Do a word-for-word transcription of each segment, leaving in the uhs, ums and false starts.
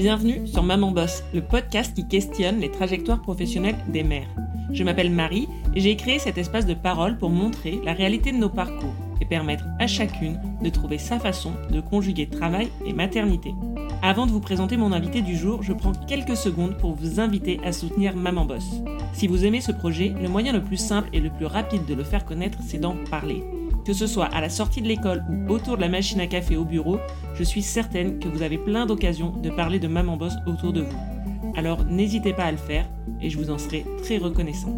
Bienvenue sur Maman Boss, le podcast qui questionne les trajectoires professionnelles des mères. Je m'appelle Marie et j'ai créé cet espace de parole pour montrer la réalité de nos parcours et permettre à chacune de trouver sa façon de conjuguer travail et maternité. Avant de vous présenter mon invité du jour, je prends quelques secondes pour vous inviter à soutenir Maman Boss. Si vous aimez ce projet, le moyen le plus simple et le plus rapide de le faire connaître, c'est d'en parler. Que ce soit à la sortie de l'école ou autour de la machine à café au bureau, je suis certaine que vous avez plein d'occasions de parler de Maman Boss autour de vous. Alors n'hésitez pas à le faire et je vous en serai très reconnaissante.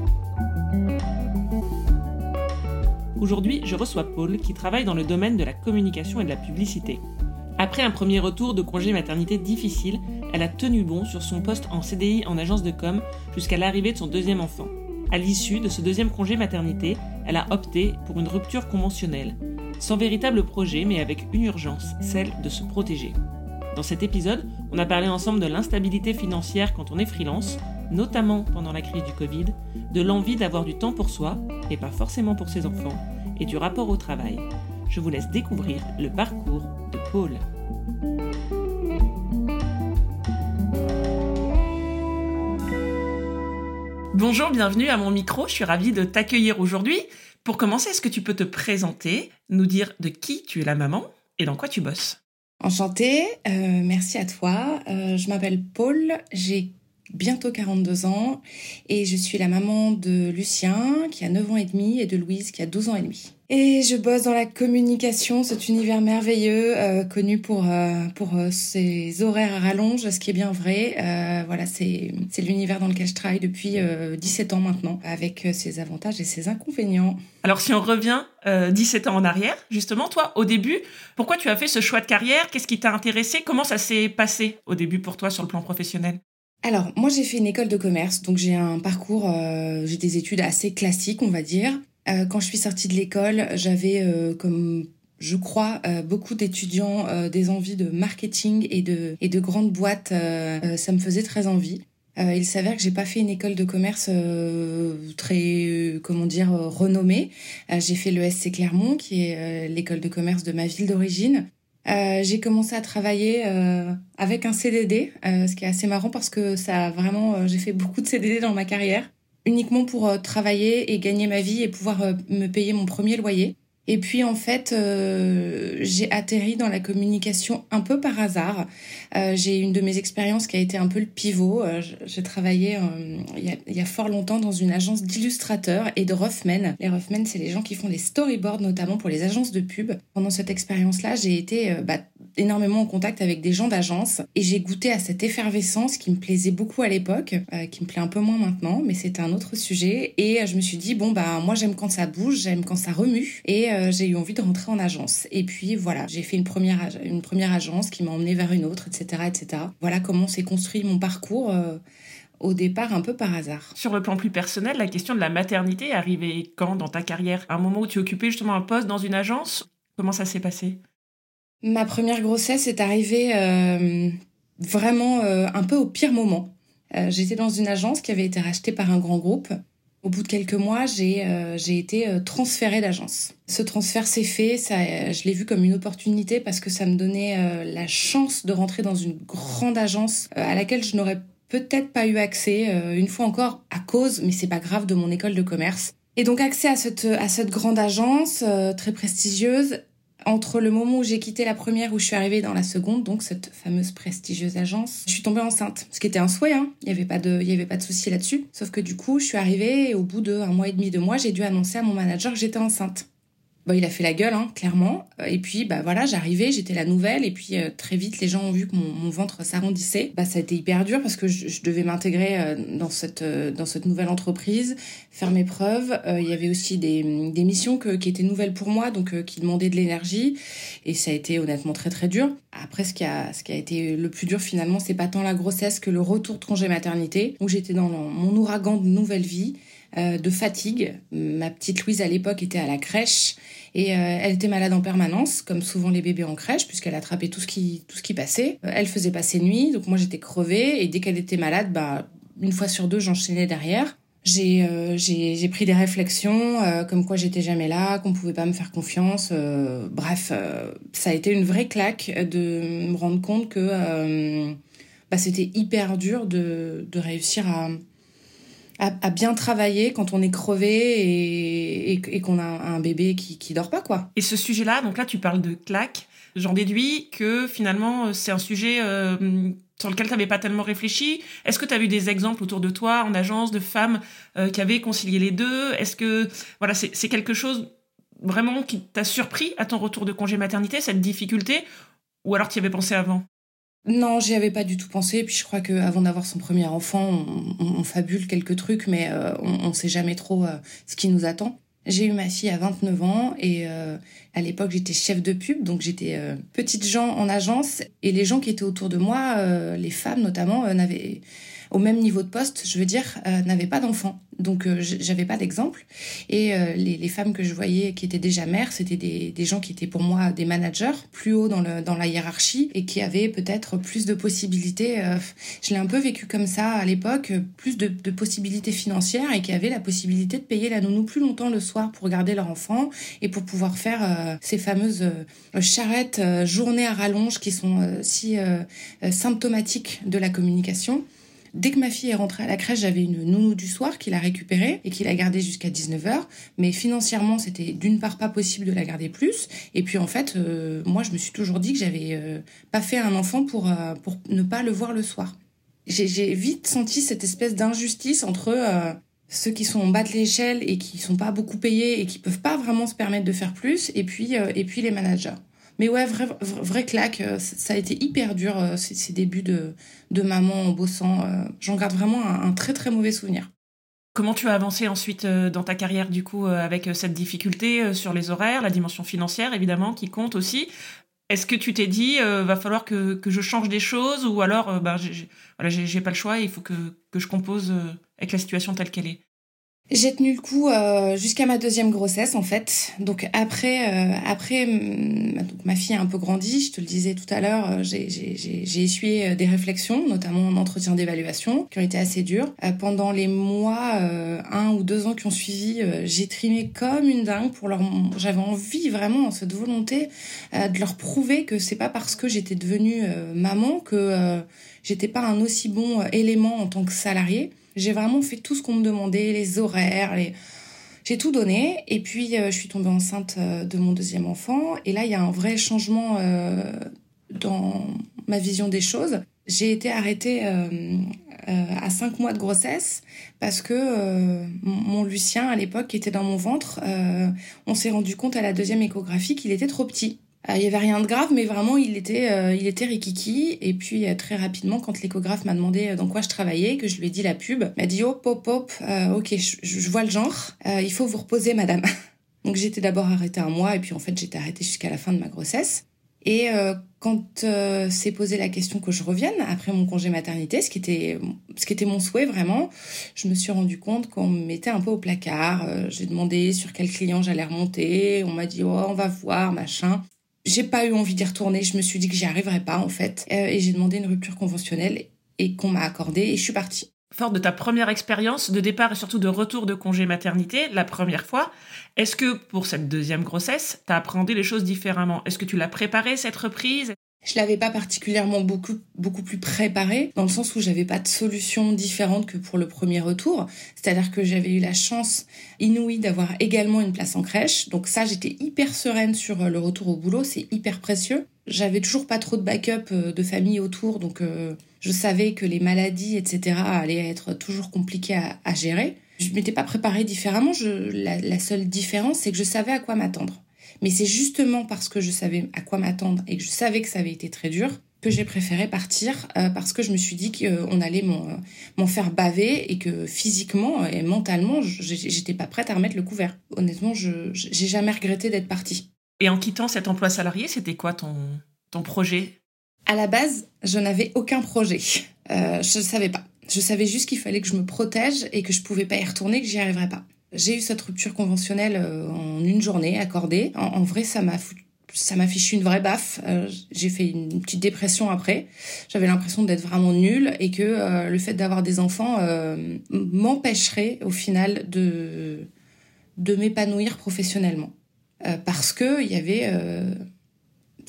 Aujourd'hui, je reçois Paul qui travaille dans le domaine de la communication et de la publicité. Après un premier retour de congé maternité difficile, elle a tenu bon sur son poste en C D I en agence de com jusqu'à l'arrivée de son deuxième enfant. À l'issue de ce deuxième congé maternité, elle a opté pour une rupture conventionnelle, sans véritable projet mais avec une urgence, celle de se protéger. Dans cet épisode, on a parlé ensemble de l'instabilité financière quand on est freelance, notamment pendant la crise du Covid, de l'envie d'avoir du temps pour soi, et pas forcément pour ses enfants, et du rapport au travail. Je vous laisse découvrir le parcours de Paul. Bonjour, bienvenue à mon micro, je suis ravie de t'accueillir aujourd'hui. Pour commencer, est-ce que tu peux te présenter, nous dire de qui tu es la maman et dans quoi tu bosses ? Enchantée, euh, merci à toi. Euh, je m'appelle Paul, j'ai bientôt quarante-deux ans et je suis la maman de Lucien qui a neuf ans et demi et de Louise qui a douze ans et demi. Et je bosse dans la communication, cet univers merveilleux, euh, connu pour euh, pour euh, ses horaires à rallonge, ce qui est bien vrai. Euh, voilà, c'est c'est l'univers dans lequel je travaille depuis euh, dix-sept ans maintenant, avec ses avantages et ses inconvénients. Alors si on revient euh, dix-sept ans en arrière, justement, toi, au début, pourquoi tu as fait ce choix de carrière ? Qu'est-ce qui t'a intéressé ? Comment ça s'est passé au début pour toi sur le plan professionnel ? Alors, moi, j'ai fait une école de commerce, donc j'ai un parcours, euh, j'ai des études assez classiques, on va dire. Euh, quand je suis sortie de l'école, j'avais, euh, comme je crois, euh, beaucoup d'étudiants, euh, des envies de marketing et de, et de grandes boîtes. Euh, euh, ça me faisait très envie. Euh, il s'avère que j'ai pas fait une école de commerce euh, très, euh, comment dire, euh, renommée. Euh, j'ai fait l'E S C Clermont, qui est euh, l'école de commerce de ma ville d'origine. Euh, j'ai commencé à travailler euh, avec un C D D, euh, ce qui est assez marrant parce que ça a vraiment, euh, j'ai fait beaucoup de C D D dans ma carrière, uniquement pour euh, travailler et gagner ma vie et pouvoir euh, me payer mon premier loyer. Et puis en fait, euh, j'ai atterri dans la communication un peu par hasard. Euh, j'ai une de mes expériences qui a été un peu le pivot. Euh, j'ai travaillé euh, il, y a, il y a fort longtemps dans une agence d'illustrateurs et de roughmen. Les roughmen, c'est les gens qui font des storyboards, notamment pour les agences de pub. Pendant cette expérience-là, j'ai été euh, bah, énormément en contact avec des gens d'agence et j'ai goûté à cette effervescence qui me plaisait beaucoup à l'époque, euh, qui me plaît un peu moins maintenant, mais c'était un autre sujet. Et euh, je me suis dit, bon, bah moi j'aime quand ça bouge, j'aime quand ça remue. Et euh, j'ai eu envie de rentrer en agence. Et puis voilà, j'ai fait une première, ag- une première agence qui m'a emmenée vers une autre, et cetera, et cetera. Voilà comment s'est construit mon parcours euh, au départ un peu par hasard. Sur le plan plus personnel, la question de la maternité est arrivée quand dans ta carrière ? À un moment où tu occupais justement un poste dans une agence ? Comment ça s'est passé ? Ma première grossesse est arrivée euh, vraiment euh, un peu au pire moment. Euh, j'étais dans une agence qui avait été rachetée par un grand groupe. Au bout de quelques mois, j'ai euh, j'ai été euh, transférée d'agence. Ce transfert s'est fait, ça, euh, je l'ai vu comme une opportunité parce que ça me donnait euh, la chance de rentrer dans une grande agence euh, à laquelle je n'aurais peut-être pas eu accès, euh, une fois encore à cause, mais c'est pas grave, de mon école de commerce. Et donc accès à cette, à cette grande agence euh, très prestigieuse. Entre le moment où j'ai quitté la première, où je suis arrivée dans la seconde, donc cette fameuse prestigieuse agence, je suis tombée enceinte. Ce qui était un souhait, hein. Il y avait pas de, il y avait pas de souci là-dessus. Sauf que du coup, je suis arrivée et au bout d'un mois et demi, deux mois, j'ai dû annoncer à mon manager que j'étais enceinte. Bon, il a fait la gueule, hein, clairement. Et puis, bah voilà, j'arrivais, j'étais la nouvelle. Et puis, euh, très vite, les gens ont vu que mon, mon ventre s'arrondissait. Bah, ça a été hyper dur parce que je, je devais m'intégrer euh, dans cette euh, dans cette nouvelle entreprise, faire mes preuves. Euh, il y avait aussi des des missions que, qui étaient nouvelles pour moi, donc euh, qui demandaient de l'énergie. Et ça a été honnêtement très très dur. Après, ce qui a ce qui a été le plus dur finalement, c'est pas tant la grossesse que le retour de congé maternité, où j'étais dans mon ouragan de nouvelle vie. Euh, de fatigue. Ma petite Louise à l'époque était à la crèche et euh, elle était malade en permanence, comme souvent les bébés en crèche, puisqu'elle attrapait tout ce qui tout ce qui passait. Euh, elle faisait pas ses nuits, donc moi j'étais crevée et dès qu'elle était malade, bah une fois sur deux j'enchaînais derrière. J'ai euh, j'ai j'ai pris des réflexions euh, comme quoi j'étais jamais là, qu'on pouvait pas me faire confiance. Euh, bref, euh, ça a été une vraie claque de me rendre compte que euh, bah, c'était hyper dur de, de réussir à, à, à bien travailler quand on est crevé et, et, et qu'on a un bébé qui, qui dort pas, quoi. Et ce sujet-là, donc là, tu parles de claque. J'en déduis que finalement, c'est un sujet euh, sur lequel tu n'avais pas tellement réfléchi. Est-ce que tu as vu des exemples autour de toi, en agence, de femmes euh, qui avaient concilié les deux ? Est-ce que voilà, c'est, c'est quelque chose vraiment qui t'a surpris à ton retour de congé maternité, cette difficulté ? Ou alors tu y avais pensé avant ? Non, j'y avais pas du tout pensé. Et puis je crois qu'avant d'avoir son premier enfant, on, on, on fabule quelques trucs, mais euh, on ne sait jamais trop euh, ce qui nous attend. J'ai eu ma fille à vingt-neuf ans et euh, à l'époque, j'étais chef de pub, donc j'étais euh, petite gens en agence. Et les gens qui étaient autour de moi, euh, les femmes notamment, euh, n'avaient, au même niveau de poste, je veux dire, euh, n'avaient pas d'enfants. Donc euh, j'avais pas d'exemple. Et euh, les, les femmes que je voyais qui étaient déjà mères, c'était des, des gens qui étaient pour moi des managers, plus haut dans, le, dans la hiérarchie et qui avaient peut-être plus de possibilités. Euh, je l'ai un peu vécu comme ça à l'époque, plus de, de possibilités financières et qui avaient la possibilité de payer la nounou plus longtemps le soir pour garder leur enfant et pour pouvoir faire euh, ces fameuses euh, charrettes, euh, journées à rallonge qui sont euh, si euh, euh, symptomatiques de la communication. Dès que ma fille est rentrée à la crèche, j'avais une nounou du soir qui l'a récupérée et qui l'a gardée jusqu'à dix-neuf heures. Mais financièrement, c'était d'une part pas possible de la garder plus. Et puis en fait, euh, moi, je me suis toujours dit que j'avais euh, pas fait un enfant pour, euh, pour ne pas le voir le soir. J'ai, j'ai vite senti cette espèce d'injustice entre euh, ceux qui sont en bas de l'échelle et qui sont pas beaucoup payés et qui peuvent pas vraiment se permettre de faire plus, et puis, euh, et puis les managers. Mais ouais, vrai, vrai, vrai claque, ça a été hyper dur, ces, ces débuts de, de maman en bossant. J'en garde vraiment un, un très très mauvais souvenir. Comment tu as avancé ensuite dans ta carrière, du coup, avec cette difficulté sur les horaires, la dimension financière, évidemment, qui compte aussi ? Est-ce que tu t'es dit, euh, va falloir que, que je change des choses, ou alors, euh, ben, j'ai, j'ai, voilà, j'ai, j'ai pas le choix, il faut que, que je compose euh, avec la situation telle qu'elle est ? J'ai tenu le coup euh, jusqu'à ma deuxième grossesse, en fait. Donc après, euh, après donc ma fille a un peu grandi, je te le disais tout à l'heure, j'ai, j'ai, j'ai, j'ai essuyé des réflexions, notamment en entretien d'évaluation, qui ont été assez dures. Euh, pendant les mois, euh, un ou deux ans qui ont suivi, euh, j'ai trimé comme une dingue pour leur... J'avais envie, vraiment, cette volonté euh, de leur prouver que c'est pas parce que j'étais devenue euh, maman que euh, j'étais pas un aussi bon élément en tant que salariée. J'ai vraiment fait tout ce qu'on me demandait, les horaires, les... j'ai tout donné. Et puis, euh, je suis tombée enceinte euh, de mon deuxième enfant. Et là, il y a un vrai changement euh, dans ma vision des choses. J'ai été arrêtée euh, euh, à cinq mois de grossesse parce que euh, mon Lucien, à l'époque, qui était dans mon ventre, euh, on s'est rendu compte à la deuxième échographie qu'il était trop petit. Il euh, y avait rien de grave, mais vraiment, il était, euh, il était rikiki. Et puis, euh, très rapidement, quand l'échographe m'a demandé dans quoi je travaillais, que je lui ai dit la pub, il m'a dit « Hop, hop, hop, euh, ok, je, je vois le genre. Euh, il faut vous reposer, madame. » Donc, j'étais d'abord arrêtée un mois, et puis en fait, j'étais arrêtée jusqu'à la fin de ma grossesse. Et euh, quand euh, s'est posé la question que je revienne après mon congé maternité, ce qui était, ce qui était mon souhait vraiment, je me suis rendu compte qu'on me mettait un peu au placard. Euh, j'ai demandé sur quel client j'allais remonter. On m'a dit « Oh, on va voir, machin. » J'ai pas eu envie d'y retourner, je me suis dit que j'y arriverais pas en fait. Euh, et j'ai demandé une rupture conventionnelle et qu'on m'a accordée et je suis partie. Fort de ta première expérience de départ et surtout de retour de congé maternité, la première fois, est-ce que pour cette deuxième grossesse, t'as appréhendé les choses différemment ? Est-ce que tu l'as préparée cette reprise ? Je l'avais pas particulièrement beaucoup, beaucoup plus préparée, dans le sens où j'avais pas de solution différente que pour le premier retour. C'est-à-dire que j'avais eu la chance inouïe d'avoir également une place en crèche. Donc ça, j'étais hyper sereine sur le retour au boulot, c'est hyper précieux. J'avais toujours pas trop de backup de famille autour, donc euh, je savais que les maladies, et cetera allaient être toujours compliquées à, à gérer. Je m'étais pas préparée différemment. Je, la, la seule différence, c'est que je savais à quoi m'attendre. Mais c'est justement parce que je savais à quoi m'attendre et que je savais que ça avait été très dur que j'ai préféré partir euh, parce que je me suis dit qu'on allait m'en, m'en faire baver et que physiquement et mentalement, j'étais pas prête à remettre le couvert. Honnêtement, je j'ai jamais regretté d'être partie. Et en quittant cet emploi salarié, c'était quoi ton, ton projet ? À la base, je n'avais aucun projet. Euh, je ne savais pas. Je savais juste qu'il fallait que je me protège et que je pouvais pas y retourner, que j'y arriverais pas. J'ai eu cette rupture conventionnelle en une journée accordée. En, en vrai, ça m'a foutu, ça m'a fichu une vraie baffe. Euh, j'ai fait une petite dépression après. J'avais l'impression d'être vraiment nulle et que euh, le fait d'avoir des enfants euh, m'empêcherait au final de de m'épanouir professionnellement. Euh, parce que il y avait euh,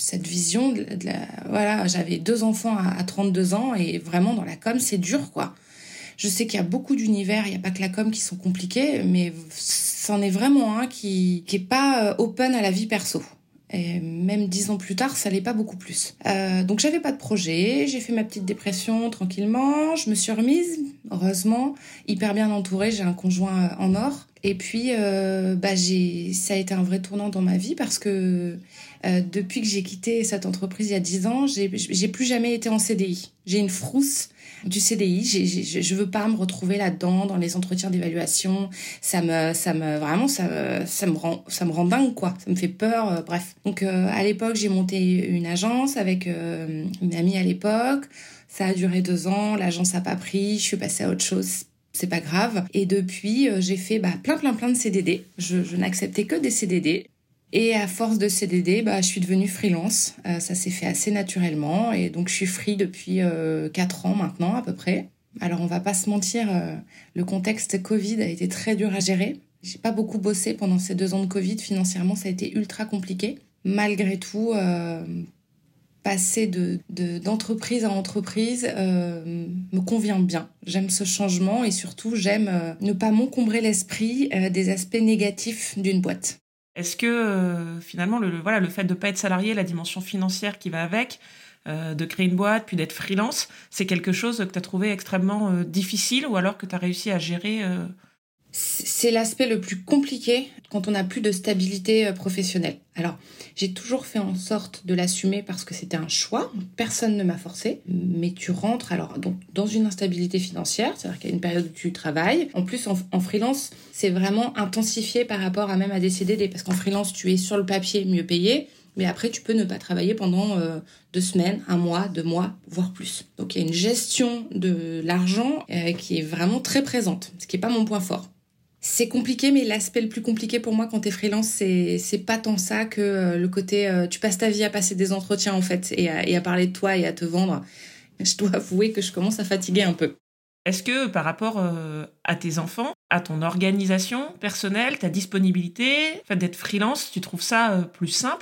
cette vision de, de la... Voilà, j'avais deux enfants à, à trente-deux ans et vraiment dans la com, c'est dur, quoi. Je sais qu'il y a beaucoup d'univers, il n'y a pas que la com qui sont compliqués, mais c'en est vraiment un qui qui est pas open à la vie perso. Et même dix ans plus tard, ça l'est pas beaucoup plus. Euh, donc j'avais pas de projet, j'ai fait ma petite dépression tranquillement, je me suis remise, heureusement, hyper bien entourée, j'ai un conjoint en or. Et puis, euh, bah j'ai, ça a été un vrai tournant dans ma vie parce que euh, depuis que j'ai quitté cette entreprise il y a dix ans, j'ai, j'ai plus jamais été en C D I. J'ai une frousse du C D I. J'ai, j'ai, je veux pas me retrouver là-dedans dans les entretiens d'évaluation. Ça me, ça me, vraiment, ça, ça me rend, ça me rend dingue, quoi. Ça me fait peur. Euh, bref. Donc, euh, à l'époque, j'ai monté une agence avec euh, une amie à l'époque. Ça a duré deux ans. L'agence a pas pris. Je suis passée à autre chose. C'est pas grave. Et depuis, euh, j'ai fait bah, plein, plein, plein de C D D. Je, je n'acceptais que des C D D. Et à force de C D D, bah, je suis devenue freelance. Euh, ça s'est fait assez naturellement. Et donc, je suis free depuis euh, quatre ans maintenant, à peu près. Alors, on va pas se mentir, euh, le contexte Covid a été très dur à gérer. J'ai pas beaucoup bossé pendant ces deux ans de Covid. Financièrement, ça a été ultra compliqué. Malgré tout... Euh, passer de, de, d'entreprise à entreprise euh, me convient bien. J'aime ce changement et surtout, j'aime euh, ne pas m'encombrer l'esprit euh, des aspects négatifs d'une boîte. Est-ce que euh, finalement, le, voilà, le fait de ne pas être salarié, la dimension financière qui va avec, euh, de créer une boîte, puis d'être freelance, c'est quelque chose que tu as trouvé extrêmement euh, difficile ou alors que tu as réussi à gérer euh... C'est l'aspect le plus compliqué quand on n'a plus de stabilité professionnelle. Alors, j'ai toujours fait en sorte de l'assumer parce que c'était un choix. Personne ne m'a forcé. Mais tu rentres alors donc, dans une instabilité financière, c'est-à-dire qu'il y a une période où tu travailles. En plus, en, en freelance, c'est vraiment intensifié par rapport à même à des C D D. Parce qu'en freelance, tu es sur le papier mieux payé. Mais après, tu peux ne pas travailler pendant euh, deux semaines, un mois, deux mois, voire plus. Donc, il y a une gestion de l'argent euh, qui est vraiment très présente, ce qui n'est pas mon point fort. C'est compliqué, mais l'aspect le plus compliqué pour moi quand t'es freelance, c'est, c'est pas tant ça que euh, le côté... Euh, tu passes ta vie à passer des entretiens, en fait, et à, et à parler de toi et à te vendre. Je dois avouer que je commence à fatiguer un peu. Est-ce que par rapport euh, à tes enfants, à ton organisation personnelle, ta disponibilité, le fait d'être freelance, tu trouves ça euh, plus simple ?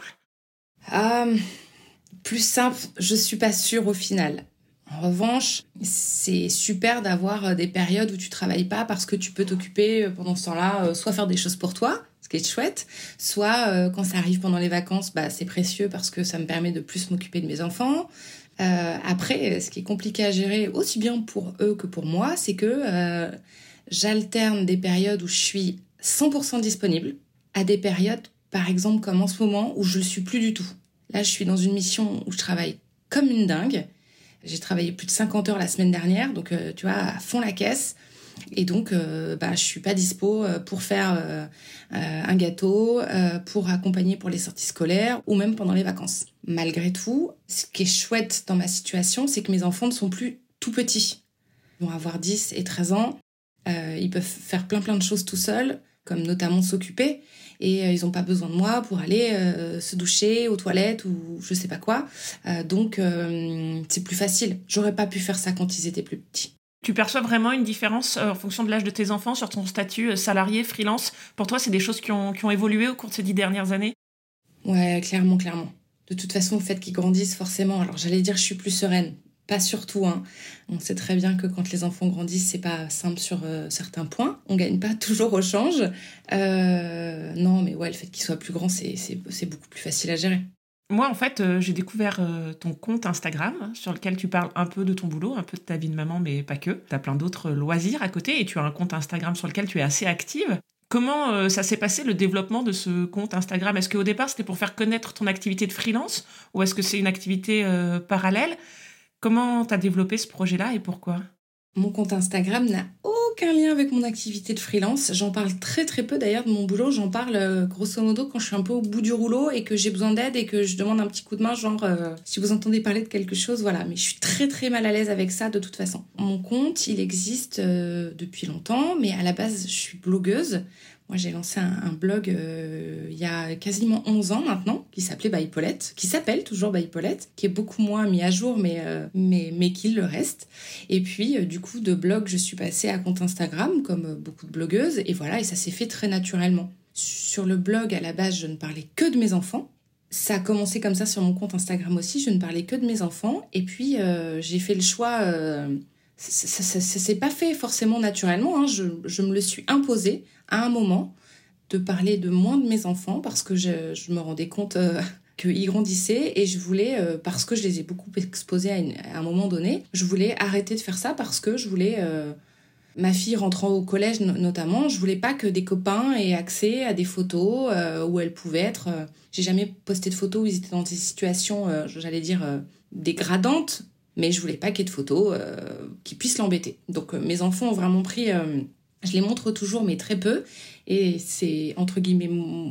euh, Plus simple, je suis pas sûre au final. En revanche, c'est super d'avoir des périodes où tu travailles pas parce que tu peux t'occuper pendant ce temps-là, soit faire des choses pour toi, ce qui est chouette, soit euh, quand ça arrive pendant les vacances, bah, c'est précieux parce que ça me permet de plus m'occuper de mes enfants. Euh, après, ce qui est compliqué à gérer, aussi bien pour eux que pour moi, c'est que euh, j'alterne des périodes où je suis cent pour cent disponible à des périodes, par exemple comme en ce moment, où je suis plus du tout. Là, je suis dans une mission où je travaille comme une dingue. J'ai travaillé plus de cinquante heures la semaine dernière, donc euh, tu vois, à fond la caisse. Et donc, euh, bah, je suis pas dispo pour faire euh, euh, un gâteau, euh, pour accompagner pour les sorties scolaires ou même pendant les vacances. Malgré tout, ce qui est chouette dans ma situation, c'est que mes enfants ne sont plus tout petits. Ils vont avoir dix et treize ans. Euh, ils peuvent faire plein plein de choses tout seuls, comme notamment s'occuper. Et euh, ils n'ont pas besoin de moi pour aller euh, se doucher aux toilettes ou je sais pas quoi. Euh, donc, euh, c'est plus facile. J'aurais pas pu faire ça quand ils étaient plus petits. Tu perçois vraiment une différence euh, en fonction de l'âge de tes enfants sur ton statut euh, salarié, freelance ? Pour toi, c'est des choses qui ont, qui ont évolué au cours de ces dix dernières années ? Ouais, clairement, clairement. De toute façon, le fait qu'ils grandissent, forcément... Alors, j'allais dire je suis plus sereine. Pas surtout, hein. On sait très bien que quand les enfants grandissent, c'est pas simple sur euh, certains points. On gagne pas toujours au change. Euh, non, mais ouais, le fait qu'ils soient plus grands, c'est, c'est, c'est beaucoup plus facile à gérer. Moi, en fait, euh, j'ai découvert euh, ton compte Instagram sur lequel tu parles un peu de ton boulot, un peu de ta vie de maman, mais pas que. Tu as plein d'autres loisirs à côté et tu as un compte Instagram sur lequel tu es assez active. Comment euh, ça s'est passé, le développement de ce compte Instagram ? Est-ce qu'au départ, c'était pour faire connaître ton activité de freelance ou est-ce que c'est une activité euh, parallèle ? Comment tu as développé ce projet-là et pourquoi ? Mon compte Instagram n'a aucun lien avec mon activité de freelance. J'en parle très très peu d'ailleurs de mon boulot. J'en parle euh, grosso modo quand je suis un peu au bout du rouleau et que j'ai besoin d'aide et que je demande un petit coup de main, genre euh, si vous entendez parler de quelque chose, voilà. Mais je suis très très mal à l'aise avec ça de toute façon. Mon compte, il existe euh, depuis longtemps, mais à la base, je suis blogueuse. Moi, j'ai lancé un, un blog euh, il y a quasiment onze ans maintenant, qui s'appelait By Paulette, qui s'appelle toujours By Paulette, qui est beaucoup moins mis à jour, mais, euh, mais, mais qui le reste. Et puis, euh, du coup, de blog, je suis passée à compte Instagram, comme euh, beaucoup de blogueuses, et voilà, et ça s'est fait très naturellement. Sur le blog, à la base, je ne parlais que de mes enfants, Ça a commencé comme ça sur mon compte Instagram aussi. Je ne parlais que de mes enfants. Et puis, euh, j'ai fait le choix... Euh, ça ne s'est pas fait forcément naturellement. Hein. Je, je me le suis imposé à un moment de parler de moins de mes enfants parce que je, je me rendais compte euh, qu'ils grandissaient et je voulais, euh, parce que je les ai beaucoup exposés à, une, à un moment donné, je voulais arrêter de faire ça parce que je voulais... Euh, ma fille rentrant au collège notamment, je voulais pas que des copains aient accès à des photos euh, où elle pouvait être... Euh, j'ai jamais posté de photos où ils étaient dans des situations, euh, j'allais dire, euh, dégradantes, mais je voulais pas qu'il y ait de photos euh, qui puissent l'embêter. Donc euh, mes enfants ont vraiment pris... Euh, je les montre toujours, mais très peu. Et c'est, entre guillemets,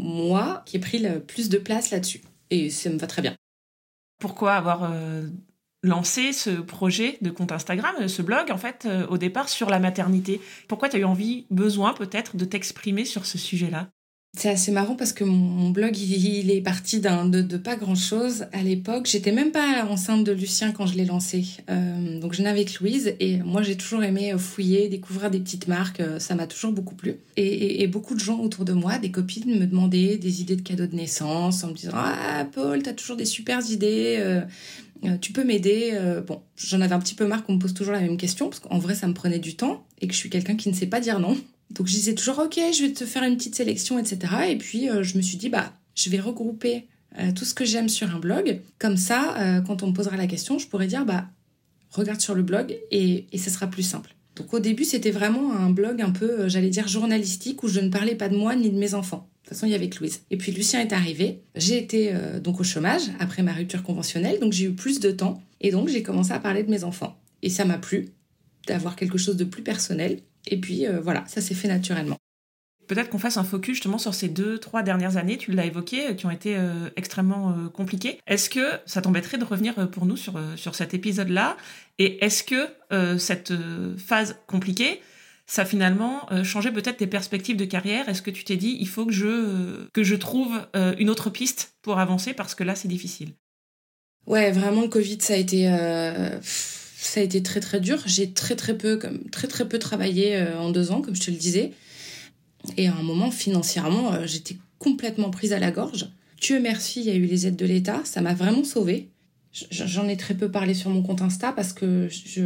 moi qui ai pris le plus de place là-dessus. Et ça me va très bien. Pourquoi avoir... Euh... lancé ce projet de compte Instagram, ce blog, en fait, euh, au départ, sur la maternité? Pourquoi tu as eu envie, besoin peut-être, de t'exprimer sur ce sujet-là? C'est assez marrant parce que mon, mon blog, il, il est parti d'un, de, de pas grand-chose à l'époque. J'étais même pas enceinte de Lucien quand je l'ai lancé. Euh, donc je n'avais que Louise et moi, j'ai toujours aimé fouiller, découvrir des petites marques. Ça m'a toujours beaucoup plu. Et, et, et beaucoup de gens autour de moi, des copines, me demandaient des idées de cadeaux de naissance en me disant « Ah, Paul, t'as toujours des super idées euh, tu peux m'aider euh, ?» Bon, j'en avais un petit peu marre qu'on me pose toujours la même question parce qu'en vrai, ça me prenait du temps et que je suis quelqu'un qui ne sait pas dire non. Donc je disais toujours ok, je vais te faire une petite sélection, et cetera. Et puis euh, je me suis dit bah je vais regrouper euh, tout ce que j'aime sur un blog. Comme ça, euh, quand on me posera la question, je pourrais dire bah regarde sur le blog et, et ce sera plus simple. Donc au début c'était vraiment un blog un peu, euh, j'allais dire journalistique où je ne parlais pas de moi ni de mes enfants. De toute façon il y avait que Louise. Et puis Lucien est arrivé. J'ai été euh, donc au chômage après ma rupture conventionnelle, donc j'ai eu plus de temps et donc j'ai commencé à parler de mes enfants. Et ça m'a plu d'avoir quelque chose de plus personnel. Et puis euh, voilà, ça s'est fait naturellement. Peut-être qu'on fasse un focus justement sur ces deux, trois dernières années, tu l'as évoqué, qui ont été euh, extrêmement euh, compliquées. Est-ce que ça t'embêterait de revenir pour nous sur, euh, sur cet épisode-là? Et est-ce que euh, cette euh, phase compliquée, ça a finalement euh, changé peut-être tes perspectives de carrière? Est-ce que tu t'es dit, il faut que je, euh, que je trouve euh, une autre piste pour avancer parce que là, c'est difficile? Ouais, vraiment, le Covid, ça a été... Euh... Ça a été très très dur. J'ai très très peu, comme, très très peu travaillé euh, en deux ans, comme je te le disais. Et à un moment, financièrement, euh, j'étais complètement prise à la gorge. Dieu merci, il y a eu les aides de l'État. Ça m'a vraiment sauvée. J'en ai très peu parlé sur mon compte Insta parce que je,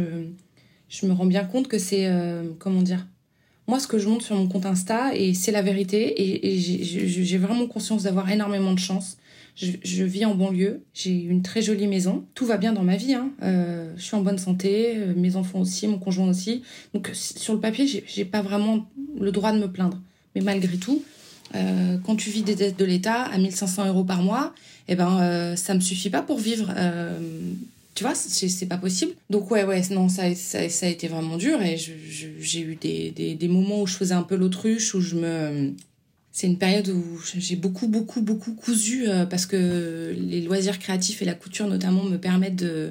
je me rends bien compte que c'est... Euh, comment dire ? Moi, ce que je montre sur mon compte Insta, et c'est la vérité, et, et j'ai, j'ai vraiment conscience d'avoir énormément de chance. Je, je vis en banlieue, j'ai une très jolie maison. Tout va bien dans ma vie, hein. Euh, je suis en bonne santé, euh, mes enfants aussi, mon conjoint aussi. Donc sur le papier, j'ai, j'ai pas vraiment le droit de me plaindre. Mais malgré tout, euh, quand tu vis des aides de l'État à mille cinq cents euros par mois, eh ben, euh, ça me suffit pas pour vivre. Euh, tu vois, c'est, c'est pas possible. Donc ouais, ouais, non, ça, ça, ça a été vraiment dur. Et je, je, j'ai eu des, des, des moments où je faisais un peu l'autruche, où je me... C'est une période où j'ai beaucoup, beaucoup, beaucoup cousu euh, parce que les loisirs créatifs et la couture notamment me permettent de,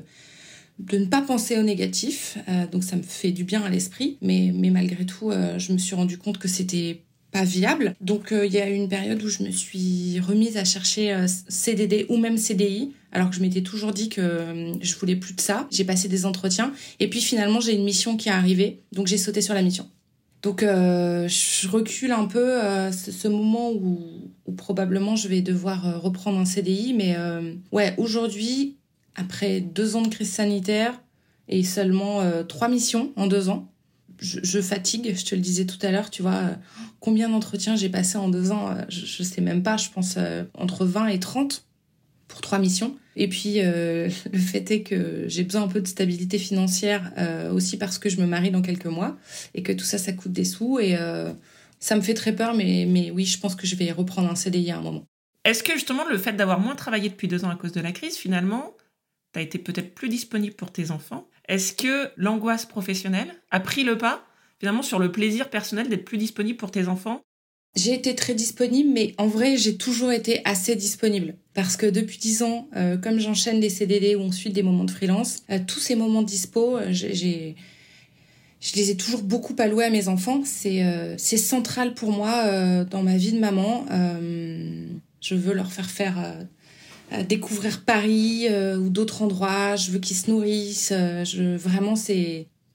de ne pas penser au négatif. Euh, donc ça me fait du bien à l'esprit. Mais, mais malgré tout, euh, je me suis rendu compte que c'était pas viable. Donc il euh, y a eu une période où je me suis remise à chercher euh, C D D ou même C D I, alors que je m'étais toujours dit que euh, je voulais plus de ça. J'ai passé des entretiens. Et puis finalement, j'ai une mission qui est arrivée. Donc j'ai sauté sur la mission. Donc euh, je recule un peu euh, ce, ce moment où, où probablement je vais devoir euh, reprendre un C D I. Mais euh, ouais, aujourd'hui, après deux ans de crise sanitaire et seulement euh, trois missions en deux ans, je, je fatigue, je te le disais tout à l'heure, tu vois, euh, combien d'entretiens j'ai passé en deux ans, euh, je, je sais même pas, je pense euh, entre vingt et trente pour trois missions. Et puis, euh, le fait est que j'ai besoin un peu de stabilité financière, euh, aussi parce que je me marie dans quelques mois et que tout ça, ça coûte des sous. Et euh, ça me fait très peur, mais, mais oui, je pense que je vais reprendre un C D I à un moment. Est-ce que justement, le fait d'avoir moins travaillé depuis deux ans à cause de la crise, finalement, tu as été peut-être plus disponible pour tes enfants? Est-ce que l'angoisse professionnelle a pris le pas, finalement, sur le plaisir personnel d'être plus disponible pour tes enfants? J'ai été très disponible, mais en vrai, j'ai toujours été assez disponible. Parce que depuis dix ans, euh, comme j'enchaîne des C D D ou ensuite des moments de freelance, euh, tous ces moments de dispo, euh, j'ai, j'ai, je les ai toujours beaucoup alloués à mes enfants. C'est, euh, c'est central pour moi euh, dans ma vie de maman. Euh, je veux leur faire faire euh, découvrir Paris euh, ou d'autres endroits. Je veux qu'ils se nourrissent. Euh, je, vraiment, c'est...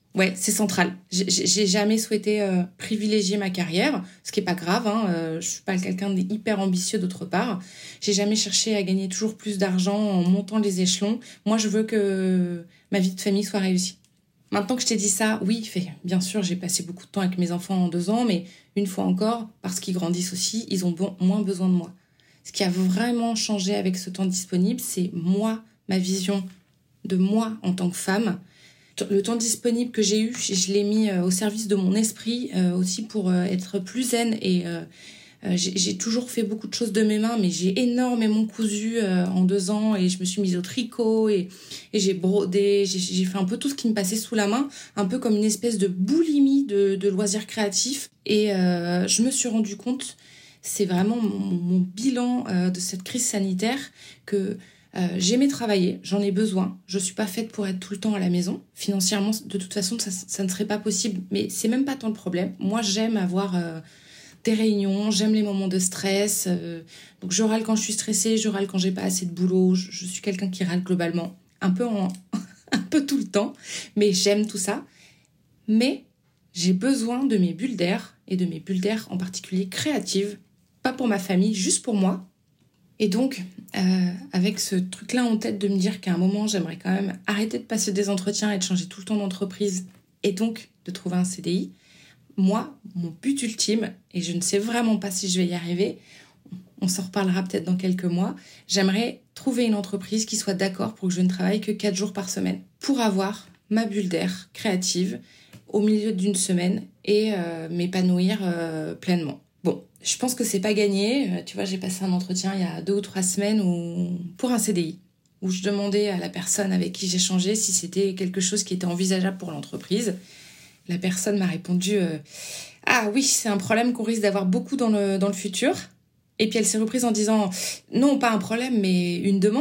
Ouais, c'est central. J'ai, j'ai jamais souhaité euh, privilégier ma carrière, ce qui est pas grave. Hein, euh, je suis pas quelqu'un d'hyper ambitieux d'autre part. J'ai jamais cherché à gagner toujours plus d'argent en montant les échelons. Moi, je veux que ma vie de famille soit réussie. Maintenant que je t'ai dit ça, oui, fait, bien sûr, j'ai passé beaucoup de temps avec mes enfants en deux ans, mais une fois encore, parce qu'ils grandissent aussi, ils ont bon, moins besoin de moi. Ce qui a vraiment changé avec ce temps disponible, c'est moi, ma vision de moi en tant que femme. Le temps disponible que j'ai eu, je l'ai mis au service de mon esprit, euh, aussi pour euh, être plus zen. Et euh, j'ai, j'ai toujours fait beaucoup de choses de mes mains, mais j'ai énormément cousu euh, en deux ans et je me suis mise au tricot et, et j'ai brodé, j'ai, j'ai fait un peu tout ce qui me passait sous la main, un peu comme une espèce de boulimie de, de loisirs créatifs. Et euh, je me suis rendu compte, c'est vraiment mon, mon bilan euh, de cette crise sanitaire, que Euh, j'aimais travailler, j'en ai besoin. Je suis pas faite pour être tout le temps à la maison. Financièrement, de toute façon, ça, ça ne serait pas possible. Mais c'est même pas tant le problème. Moi, j'aime avoir euh, des réunions, j'aime les moments de stress. Euh, donc, je râle quand je suis stressée, je râle quand j'ai pas assez de boulot. Je, je suis quelqu'un qui râle globalement, un peu en, un peu tout le temps. Mais j'aime tout ça. Mais j'ai besoin de mes bulles d'air et de mes bulles d'air en particulier créatives, pas pour ma famille, juste pour moi. Et donc, euh, avec ce truc-là en tête de me dire qu'à un moment, j'aimerais quand même arrêter de passer des entretiens et de changer tout le temps d'entreprise et donc de trouver un C D I, moi, mon but ultime, et je ne sais vraiment pas si je vais y arriver, on s'en reparlera peut-être dans quelques mois, j'aimerais trouver une entreprise qui soit d'accord pour que je ne travaille que quatre jours par semaine pour avoir ma bulle d'air créative au milieu d'une semaine et euh, m'épanouir euh, pleinement. Bon, je pense que c'est pas gagné. Tu vois, j'ai passé un entretien il y a deux ou trois semaines où, pour un C D I, où je demandais à la personne avec qui j'échangeais si c'était quelque chose qui était envisageable pour l'entreprise. La personne m'a répondu euh, « Ah oui, c'est un problème qu'on risque d'avoir beaucoup dans le, dans le futur. » Et puis elle s'est reprise en disant « Non, pas un problème, mais une demande. »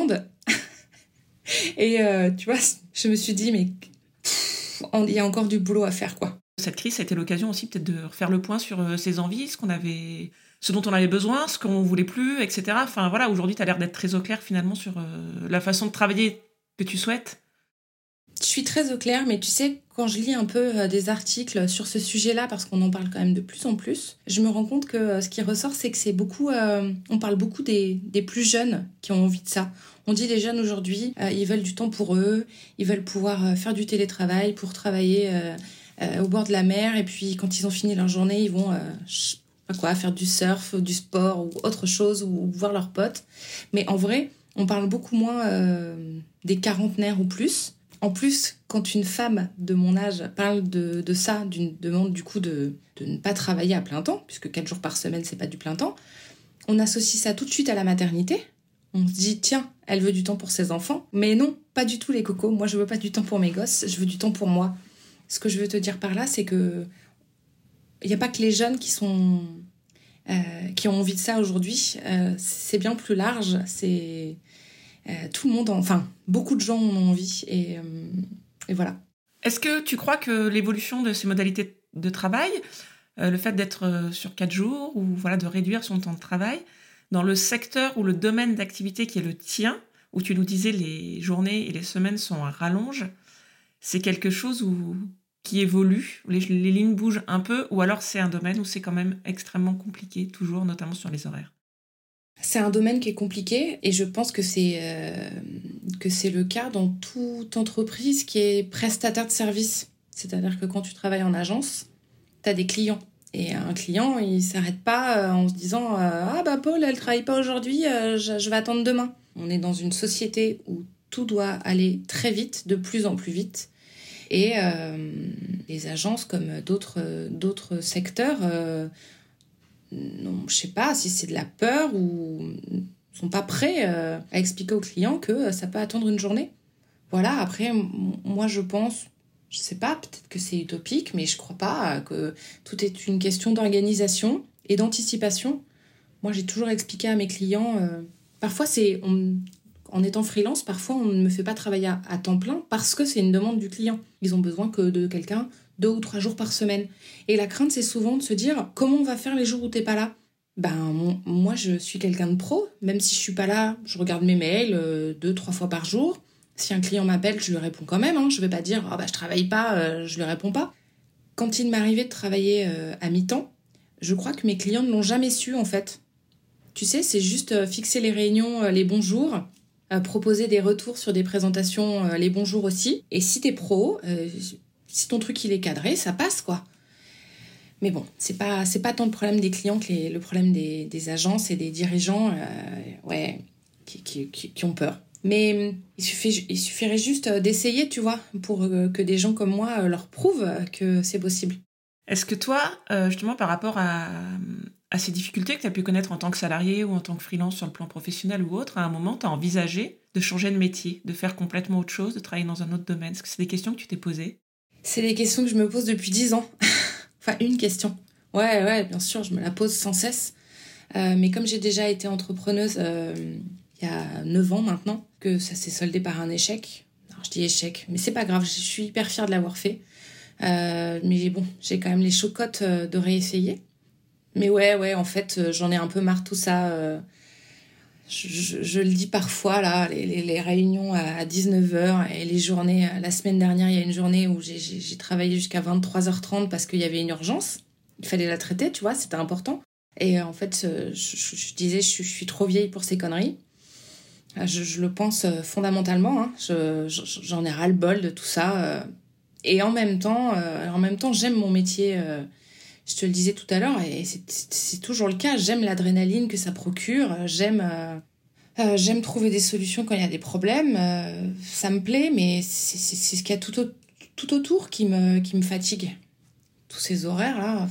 Et euh, tu vois, je me suis dit « Mais il y a encore du boulot à faire, quoi. » Cette crise, ça a été l'occasion aussi peut-être de refaire le point sur euh, ses envies, ce qu'on avait, ce dont on avait besoin, ce qu'on voulait plus, et cetera. Enfin voilà, aujourd'hui, tu as l'air d'être très au clair finalement sur euh, la façon de travailler que tu souhaites. Je suis très au clair, mais tu sais, quand je lis un peu euh, des articles sur ce sujet-là, parce qu'on en parle quand même de plus en plus, je me rends compte que euh, ce qui ressort, c'est que c'est beaucoup, euh, on parle beaucoup des, des plus jeunes qui ont envie de ça. On dit les jeunes aujourd'hui, euh, ils veulent du temps pour eux, ils veulent pouvoir euh, faire du télétravail pour travailler euh, Euh, au bord de la mer, et puis quand ils ont fini leur journée, ils vont euh, je sais pas quoi, faire du surf, du sport ou autre chose, ou voir leurs potes. Mais en vrai, on parle beaucoup moins euh, des quarantenaires ou plus. En plus, quand une femme de mon âge parle de, de ça, d'une demande du coup de, de ne pas travailler à plein temps, puisque quatre jours par semaine, c'est pas du plein temps, on associe ça tout de suite à la maternité. On se dit, tiens, elle veut du temps pour ses enfants. Mais non, pas du tout les cocos. Moi, je veux pas du temps pour mes gosses, je veux du temps pour moi. Ce que je veux te dire par là, c'est que il n'y a pas que les jeunes qui sont euh, qui ont envie de ça aujourd'hui. Euh, c'est bien plus large. C'est euh, tout le monde, en, enfin beaucoup de gens en ont envie et, euh, et voilà. Est-ce que tu crois que l'évolution de ces modalités de travail, euh, le fait d'être sur quatre jours ou voilà de réduire son temps de travail dans le secteur ou le domaine d'activité qui est le tien, où tu nous disais les journées et les semaines sont à rallonge, c'est quelque chose où, qui évolue, les, les lignes bougent un peu, ou alors c'est un domaine où c'est quand même extrêmement compliqué, toujours, notamment sur les horaires? C'est un domaine qui est compliqué et je pense que c'est, euh, que c'est le cas dans toute entreprise qui est prestataire de service. C'est-à-dire que quand tu travailles en agence, tu as des clients. Et un client, il ne s'arrête pas en se disant « Ah bah Paul, elle ne travaille pas aujourd'hui, euh, je, je vais attendre demain ». On est dans une société où tout doit aller très vite, de plus en plus vite. Et euh, les agences, comme d'autres, d'autres secteurs, euh, non, je ne sais pas si c'est de la peur ou ne sont pas prêts euh, à expliquer aux clients que ça peut attendre une journée. Voilà, après, m- moi je pense, je ne sais pas, peut-être que c'est utopique, mais je ne crois pas que tout est une question d'organisation et d'anticipation. Moi j'ai toujours expliqué à mes clients, euh, parfois c'est... On, En étant freelance, parfois, on ne me fait pas travailler à, à temps plein parce que c'est une demande du client. Ils ont besoin que de quelqu'un deux ou trois jours par semaine. Et la crainte, c'est souvent de se dire, comment on va faire les jours où t'es pas là ? Ben, mon, moi, je suis quelqu'un de pro. Même si je suis pas là, je regarde mes mails euh, deux, trois fois par jour. Si un client m'appelle, je lui réponds quand même. Hein. Je vais pas dire oh, bah, je travaille pas, euh, je lui réponds pas. Quand il m'arrivait de travailler euh, à mi-temps, je crois que mes clients ne l'ont jamais su en fait. Tu sais, c'est juste euh, fixer les réunions, euh, les bons jours, euh, proposer des retours sur des présentations, euh, les bons jours aussi. Et si t'es pro, euh, si ton truc il est cadré, ça passe quoi. Mais bon, c'est pas, c'est pas tant le problème des clients que les, le problème des, des agences et des dirigeants euh, ouais, qui, qui, qui, qui ont peur. Mais il, suffit, il suffirait juste d'essayer, tu vois, pour que des gens comme moi leur prouvent que c'est possible. Est-ce que toi, euh, justement, par rapport à, à ces difficultés que tu as pu connaître en tant que salarié ou en tant que freelance sur le plan professionnel ou autre, à un moment, tu as envisagé de changer de métier, de faire complètement autre chose, de travailler dans un autre domaine? Est-ce que c'est des questions que tu t'es posées? C'est des questions que je me pose depuis dix ans. Enfin, une question. Ouais, ouais, bien sûr, je me la pose sans cesse. Euh, mais comme j'ai déjà été entrepreneuse euh, il y a neuf ans maintenant, que ça s'est soldé par un échec. Alors, je dis échec, mais c'est pas grave, je suis hyper fière de l'avoir fait. Euh, mais bon, j'ai quand même les chocottes euh, de réessayer. Mais ouais, ouais, en fait, euh, j'en ai un peu marre de tout ça. Euh, je, je, je le dis parfois, là, les, les, les réunions à dix-neuf heures et les journées... La semaine dernière, il y a une journée où j'ai, j'ai, j'ai travaillé jusqu'à vingt-trois heures trente parce qu'il y avait une urgence. Il fallait la traiter, tu vois, c'était important. Et euh, en fait, euh, je, je, je disais, je, je suis trop vieille pour ces conneries. Je, je le pense euh, fondamentalement. Hein. Je, je, j'en ai ras-le-bol de tout ça. Euh, et en même temps, euh, en même temps, j'aime mon métier. Euh, je te le disais tout à l'heure, et c'est, c'est, c'est toujours le cas. J'aime l'adrénaline que ça procure. J'aime, euh, euh, j'aime trouver des solutions quand il y a des problèmes. Euh, ça me plaît, mais c'est, c'est, c'est ce qu'il y a tout, au, tout autour qui me, qui me fatigue. Tous ces horaires-là...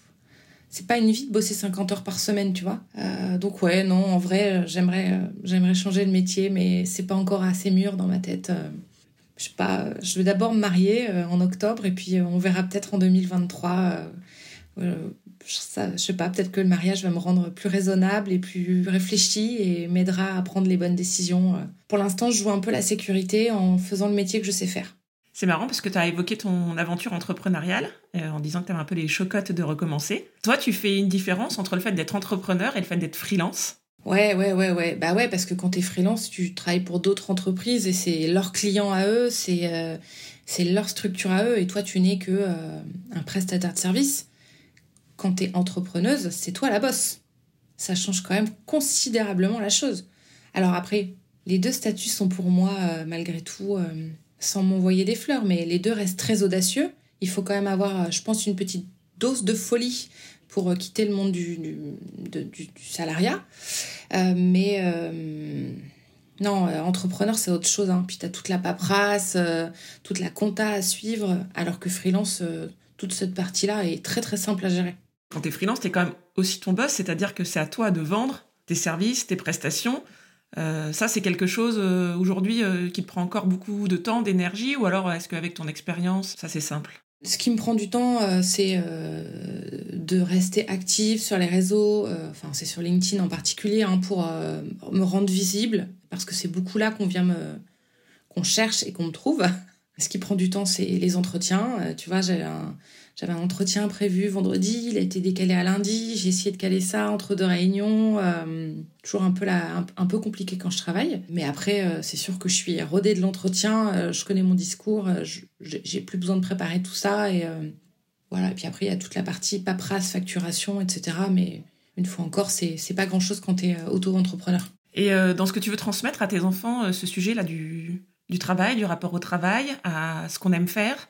C'est pas une vie de bosser cinquante heures par semaine, tu vois. Euh, donc ouais, non, en vrai, j'aimerais, euh, j'aimerais changer de métier, mais c'est pas encore assez mûr dans ma tête. Euh, je sais pas, je vais d'abord me marier euh, en octobre, et puis euh, on verra peut-être en deux mille vingt-trois. Euh, euh, ça, je sais pas, peut-être que le mariage va me rendre plus raisonnable et plus réfléchie et m'aidera à prendre les bonnes décisions. Pour l'instant, je joue un peu la sécurité en faisant le métier que je sais faire. C'est marrant parce que tu as évoqué ton aventure entrepreneuriale euh, en disant que tu avais un peu les chocottes de recommencer. Toi, tu fais une différence entre le fait d'être entrepreneur et le fait d'être freelance? Ouais, ouais, ouais, ouais. Bah ouais, parce que quand t'es freelance, tu travailles pour d'autres entreprises et c'est leurs clients à eux, c'est, euh, c'est leur structure à eux, et toi, tu n'es que euh, un prestataire de service. Quand t'es entrepreneuse, c'est toi la boss. Ça change quand même considérablement la chose. Alors après, les deux statuts sont pour moi, euh, malgré tout... Euh, sans m'envoyer des fleurs, mais les deux restent très audacieux. Il faut quand même avoir, je pense, une petite dose de folie pour quitter le monde du, du, de, du, du salariat. Euh, mais euh, non, euh, entrepreneur, c'est autre chose. Hein. Puis tu as toute la paperasse, euh, toute la compta à suivre, alors que freelance, euh, toute cette partie-là est très, très simple à gérer. Quand tu es freelance, tu es quand même aussi ton boss, c'est-à-dire que c'est à toi de vendre tes services, tes prestations. Euh, ça, c'est quelque chose euh, aujourd'hui euh, qui te prend encore beaucoup de temps, d'énergie, ou alors est-ce qu'avec ton expérience, ça c'est simple? Ce qui me prend du temps, euh, c'est euh, de rester active sur les réseaux, euh, enfin c'est sur LinkedIn en particulier, hein, pour euh, me rendre visible, parce que c'est beaucoup là qu'on vient me, qu'on cherche et qu'on me trouve. Ce qui prend du temps, c'est les entretiens. Euh, tu vois, j'ai un J'avais un entretien prévu vendredi, il a été décalé à lundi, j'ai essayé de caler ça entre deux réunions, euh, toujours un peu, la, un, un peu compliqué quand je travaille. Mais après, euh, c'est sûr que je suis rodée de l'entretien, euh, je connais mon discours, euh, je, j'ai plus besoin de préparer tout ça. Et euh, voilà. Et puis après, il y a toute la partie paperasse, facturation, et cetera. Mais une fois encore, c'est, c'est pas grand-chose quand t'es auto-entrepreneur. Et euh, dans ce que tu veux transmettre à tes enfants, euh, ce sujet-là du, du travail, du rapport au travail, à ce qu'on aime faire,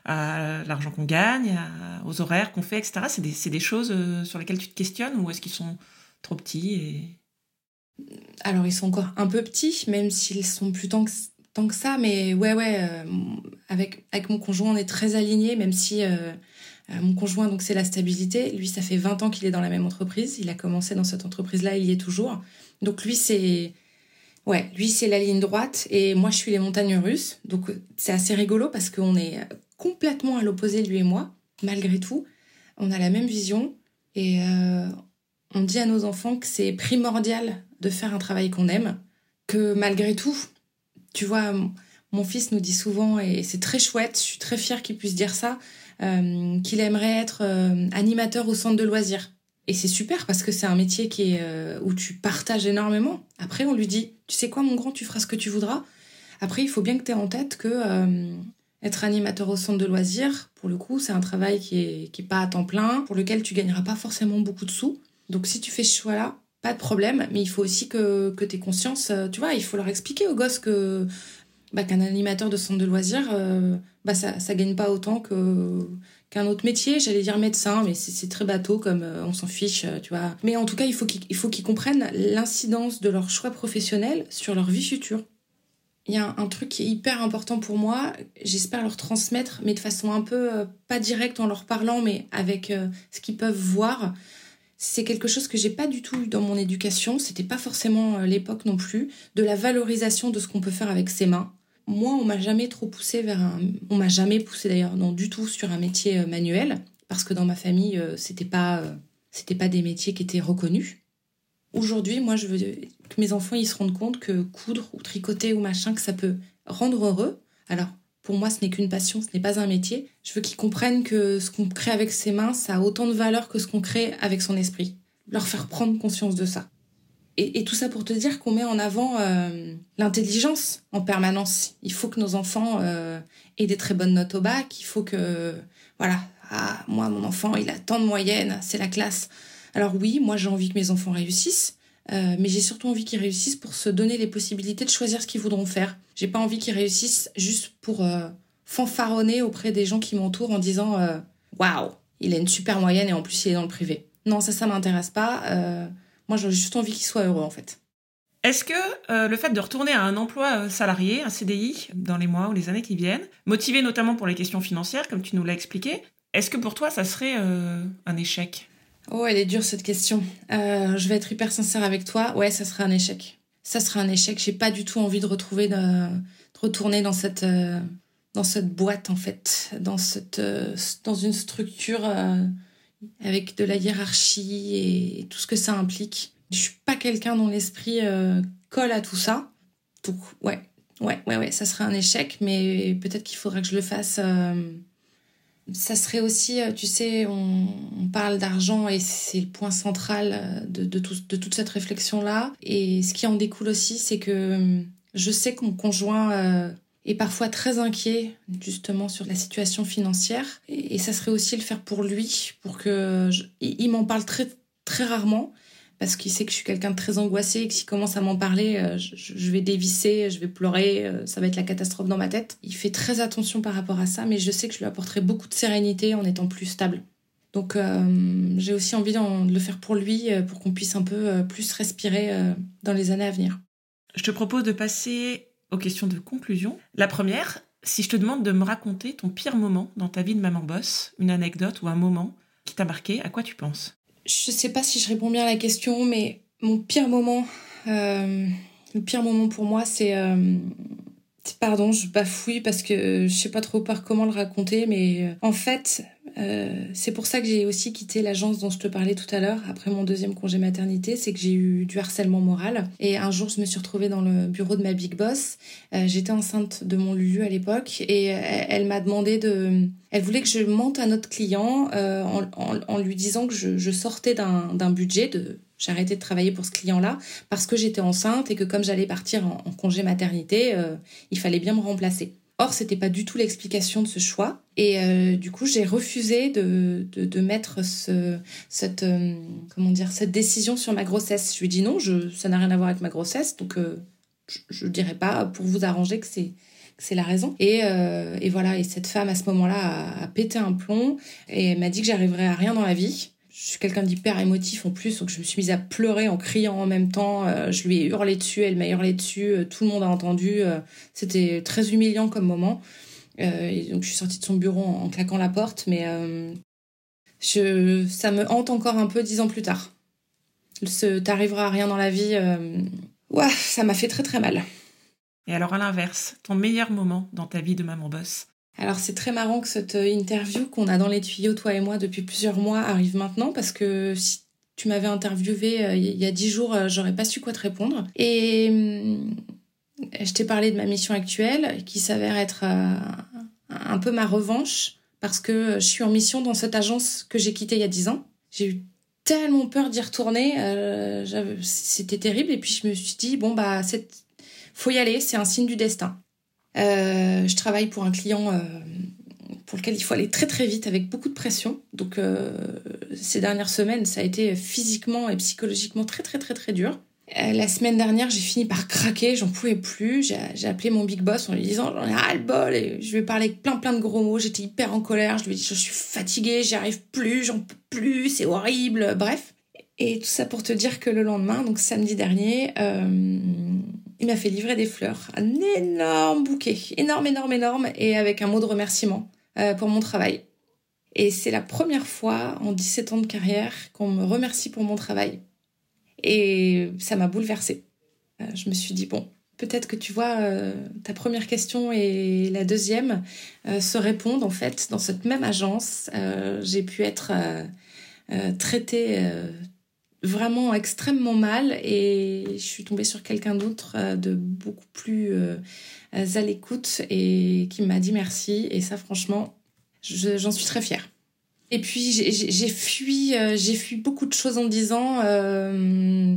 à l'argent qu'on gagne, à, aux horaires qu'on fait, et cetera. C'est des, c'est des choses euh, sur lesquelles tu te questionnes, ou est-ce qu'ils sont trop petits et... Alors, ils sont encore un peu petits, même s'ils sont plus tant que, tant que ça. Mais ouais, ouais, euh, avec, avec mon conjoint, on est très alignés, même si euh, euh, mon conjoint, donc, c'est la stabilité. Lui, ça fait vingt ans qu'il est dans la même entreprise. Il a commencé dans cette entreprise-là, il y est toujours. Donc, lui, c'est... Ouais, lui, c'est la ligne droite et moi, je suis les montagnes russes. Donc, c'est assez rigolo parce qu'on est complètement à l'opposé, lui et moi. Malgré tout, on a la même vision et euh, on dit à nos enfants que c'est primordial de faire un travail qu'on aime, que malgré tout, tu vois, mon fils nous dit souvent, et c'est très chouette, je suis très fière qu'il puisse dire ça, euh, qu'il aimerait être euh, animateur au centre de loisirs. Et c'est super parce que c'est un métier qui est, euh, où tu partages énormément. Après, on lui dit, tu sais quoi, mon grand, tu feras ce que tu voudras. Après, il faut bien que tu aies en tête que euh, être animateur au centre de loisirs, pour le coup, c'est un travail qui est, qui est pas à temps plein, pour lequel tu gagneras pas forcément beaucoup de sous. Donc si tu fais ce choix-là, pas de problème, mais il faut aussi que, que tu aies conscience, euh, tu vois, il faut leur expliquer aux gosses que, bah, qu'un animateur de centre de loisirs, euh, bah, ça, ça gagne pas autant que, qu'un autre métier. J'allais dire médecin, mais c'est, c'est très bateau, comme euh, on s'en fiche, euh, tu vois. Mais en tout cas, il faut qu'ils, il faut qu'ils comprennent l'incidence de leur choix professionnel sur leur vie future. Il y a un, un truc qui est hyper important pour moi, j'espère leur transmettre, mais de façon un peu, euh, pas directe en leur parlant, mais avec euh, ce qu'ils peuvent voir. C'est quelque chose que j'ai pas du tout eu dans mon éducation, c'était pas forcément l'époque non plus, de la valorisation de ce qu'on peut faire avec ses mains. Moi, on m'a jamais trop poussé vers un... On m'a jamais poussé d'ailleurs, non, du tout sur un métier manuel, parce que dans ma famille, c'était pas, c'était pas des métiers qui étaient reconnus. Aujourd'hui, moi, je veux que mes enfants ils se rendent compte que coudre ou tricoter ou machin, que ça peut rendre heureux. Alors, pour moi, ce n'est qu'une passion, ce n'est pas un métier. Je veux qu'ils comprennent que ce qu'on crée avec ses mains, ça a autant de valeur que ce qu'on crée avec son esprit. Leur faire prendre conscience de ça. Et, et tout ça pour te dire qu'on met en avant euh, l'intelligence en permanence. Il faut que nos enfants euh, aient des très bonnes notes au bac. Il faut que... Voilà, ah, moi, mon enfant, il a tant de moyenne, c'est la classe. Alors oui, moi, j'ai envie que mes enfants réussissent. Euh, mais j'ai surtout envie qu'ils réussissent pour se donner les possibilités de choisir ce qu'ils voudront faire. J'ai pas envie qu'ils réussissent juste pour euh, fanfaronner auprès des gens qui m'entourent en disant euh, « Waouh, il a une super moyenne et en plus il est dans le privé ». Non, ça, ça m'intéresse pas. Euh, moi, j'ai juste envie qu'ils soient heureux, en fait. Est-ce que euh, le fait de retourner à un emploi euh, salarié, un C D I, dans les mois ou les années qui viennent, motivé notamment pour les questions financières, comme tu nous l'as expliqué, est-ce que pour toi, ça serait euh, un échec ? Oh, elle est dure cette question. Euh, je vais être hyper sincère avec toi. Ouais, ça serait un échec. Ça serait un échec. J'ai pas du tout envie de retrouver, de, de retourner dans cette, euh, dans cette boîte en fait, dans cette, euh, dans une structure euh, avec de la hiérarchie et, et tout ce que ça implique. Je suis pas quelqu'un dont l'esprit euh, colle à tout ça. Donc ouais, ouais, ouais, ouais, ça serait un échec, mais peut-être qu'il faudrait que je le fasse. Euh, Ça serait aussi, tu sais, on, on parle d'argent et c'est le point central de, de, tout, de toute cette réflexion-là. Et ce qui en découle aussi, c'est que je sais que mon conjoint euh, est parfois très inquiet, justement, sur la situation financière. Et, et ça serait aussi le faire pour lui, pour que... Je, il, il m'en parle très, très rarement, parce qu'il sait que je suis quelqu'un de très angoissé et que s'il commence à m'en parler, je, je vais dévisser, je vais pleurer, ça va être la catastrophe dans ma tête. Il fait très attention par rapport à ça, mais je sais que je lui apporterai beaucoup de sérénité en étant plus stable. Donc euh, j'ai aussi envie de le faire pour lui, pour qu'on puisse un peu plus respirer dans les années à venir. Je te propose de passer aux questions de conclusion. La première, si je te demande de me raconter ton pire moment dans ta vie de maman boss, une anecdote ou un moment qui t'a marqué, à quoi tu penses ? Je sais pas si je réponds bien à la question, mais mon pire moment, euh, le pire moment pour moi, c'est, euh, c'est, pardon, je bafouille parce que je sais pas trop par comment le raconter, mais euh, en fait, euh, c'est pour ça que j'ai aussi quitté l'agence dont je te parlais tout à l'heure après mon deuxième congé maternité, c'est que j'ai eu du harcèlement moral. Et un jour, je me suis retrouvée dans le bureau de ma big boss. Euh, j'étais enceinte de mon Lulu à l'époque et elle, elle m'a demandé de... Elle voulait que je mente à notre client euh, en, en, en lui disant que je, je sortais d'un, d'un budget, de, j'arrêtais de travailler pour ce client-là parce que j'étais enceinte et que comme j'allais partir en, en congé maternité, euh, il fallait bien me remplacer. Or, c'était pas du tout l'explication de ce choix. Et euh, du coup, j'ai refusé de, de, de mettre ce, cette, euh, comment dire, cette décision sur ma grossesse. Je lui ai dit non, je, ça n'a rien à voir avec ma grossesse, donc euh, je ne dirais pas pour vous arranger que c'est... c'est la raison. Et, euh, et voilà, et cette femme, à ce moment-là, a, a pété un plomb et elle m'a dit que j'arriverais à rien dans la vie. Je suis quelqu'un d'hyper émotif en plus, donc je me suis mise à pleurer en criant en même temps. Euh, je lui ai hurlé dessus, elle m'a hurlé dessus, euh, tout le monde a entendu. Euh, c'était très humiliant comme moment. Euh, et donc je suis sortie de son bureau en, en claquant la porte, mais euh, je, ça me hante encore un peu dix ans plus tard. Ce « t'arriveras à rien dans la vie euh, », ouah, ça m'a fait très très mal. Et alors, à l'inverse, ton meilleur moment dans ta vie de maman boss ? Alors, c'est très marrant que cette interview qu'on a dans les tuyaux, toi et moi, depuis plusieurs mois, arrive maintenant, parce que si tu m'avais interviewé euh, il y a dix jours, euh, j'aurais pas su quoi te répondre. Et euh, je t'ai parlé de ma mission actuelle, qui s'avère être euh, un peu ma revanche, parce que je suis en mission dans cette agence que j'ai quittée il y a dix ans. J'ai eu tellement peur d'y retourner, euh, c'était terrible, et puis je me suis dit, bon, bah, c'est... faut y aller, c'est un signe du destin. Euh, je travaille pour un client euh, pour lequel il faut aller très très vite avec beaucoup de pression. Donc euh, ces dernières semaines, ça a été physiquement et psychologiquement très très très très dur. Euh, la semaine dernière, j'ai fini par craquer, j'en pouvais plus. J'ai, j'ai appelé mon big boss en lui disant j'en ai ras le bol et je lui ai parlé avec plein plein de gros mots. J'étais hyper en colère, je lui ai dit je suis fatiguée, j'y arrive plus, j'en peux plus, c'est horrible, bref. Et tout ça pour te dire que le lendemain, donc samedi dernier, euh, il m'a fait livrer des fleurs, un énorme bouquet, énorme, énorme, énorme, et avec un mot de remerciement euh, pour mon travail. Et c'est la première fois en dix-sept ans de carrière qu'on me remercie pour mon travail. Et ça m'a bouleversée. Euh, je me suis dit, bon, peut-être que tu vois, euh, ta première question et la deuxième euh, se répondent en fait. Dans cette même agence, euh, j'ai pu être euh, euh, traitée euh, vraiment extrêmement mal et je suis tombée sur quelqu'un d'autre euh, de beaucoup plus euh, à l'écoute et qui m'a dit merci. Et ça, franchement, je, j'en suis très fière. Et puis j'ai, j'ai, j'ai fui, euh, j'ai fui beaucoup de choses en disant euh,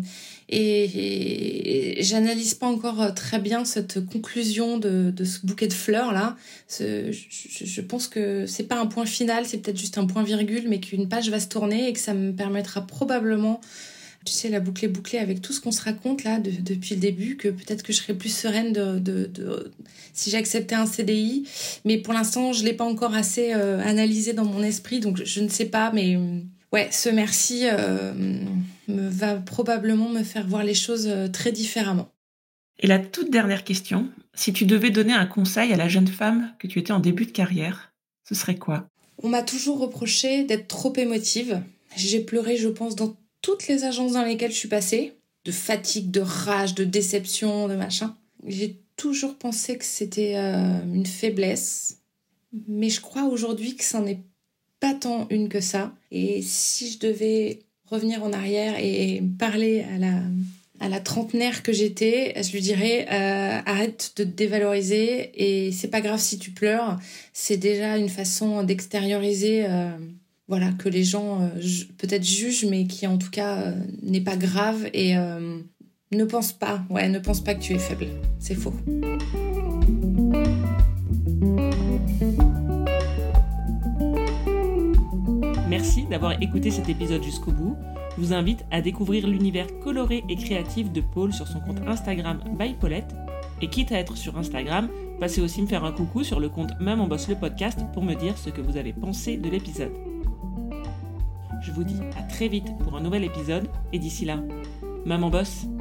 et, et j'analyse pas encore très bien cette conclusion de, de ce bouquet de fleurs là. Ce, je, je pense que c'est pas un point final, c'est peut-être juste un point virgule, mais qu'une page va se tourner et que ça me permettra probablement, tu sais, la boucle est bouclée avec tout ce qu'on se raconte là de, depuis le début, que peut-être que je serais plus sereine de, de, de si j'acceptais un C D I. Mais pour l'instant, je l'ai pas encore assez euh, analysé dans mon esprit, donc je, je ne sais pas. Mais ouais, ce merci euh, me, va probablement me faire voir les choses euh, très différemment. Et la toute dernière question, si tu devais donner un conseil à la jeune femme que tu étais en début de carrière, ce serait quoi ? On m'a toujours reproché d'être trop émotive. J'ai pleuré, je pense, dans toutes les agences dans lesquelles je suis passée, de fatigue, de rage, de déception, de machin. J'ai toujours pensé que c'était euh, une faiblesse, mais je crois aujourd'hui que ça n'en est pas tant une que ça. Et si je devais revenir en arrière et parler à la, à la trentenaire que j'étais, je lui dirais euh, arrête de te dévaloriser et c'est pas grave si tu pleures, c'est déjà une façon d'extérioriser... Euh, Voilà, que les gens euh, ju- peut-être jugent, mais qui en tout cas euh, n'est pas grave et euh, ne pense pas, ouais, ne pense pas que tu es faible. C'est faux. Merci d'avoir écouté cet épisode jusqu'au bout. Je vous invite à découvrir l'univers coloré et créatif de Paul sur son compte Instagram by Paulette. Et quitte à être sur Instagram, passez aussi me faire un coucou sur le compte Maman Bosse le podcast pour me dire ce que vous avez pensé de l'épisode. Je vous dis à très vite pour un nouvel épisode et d'ici là, Maman Bosse!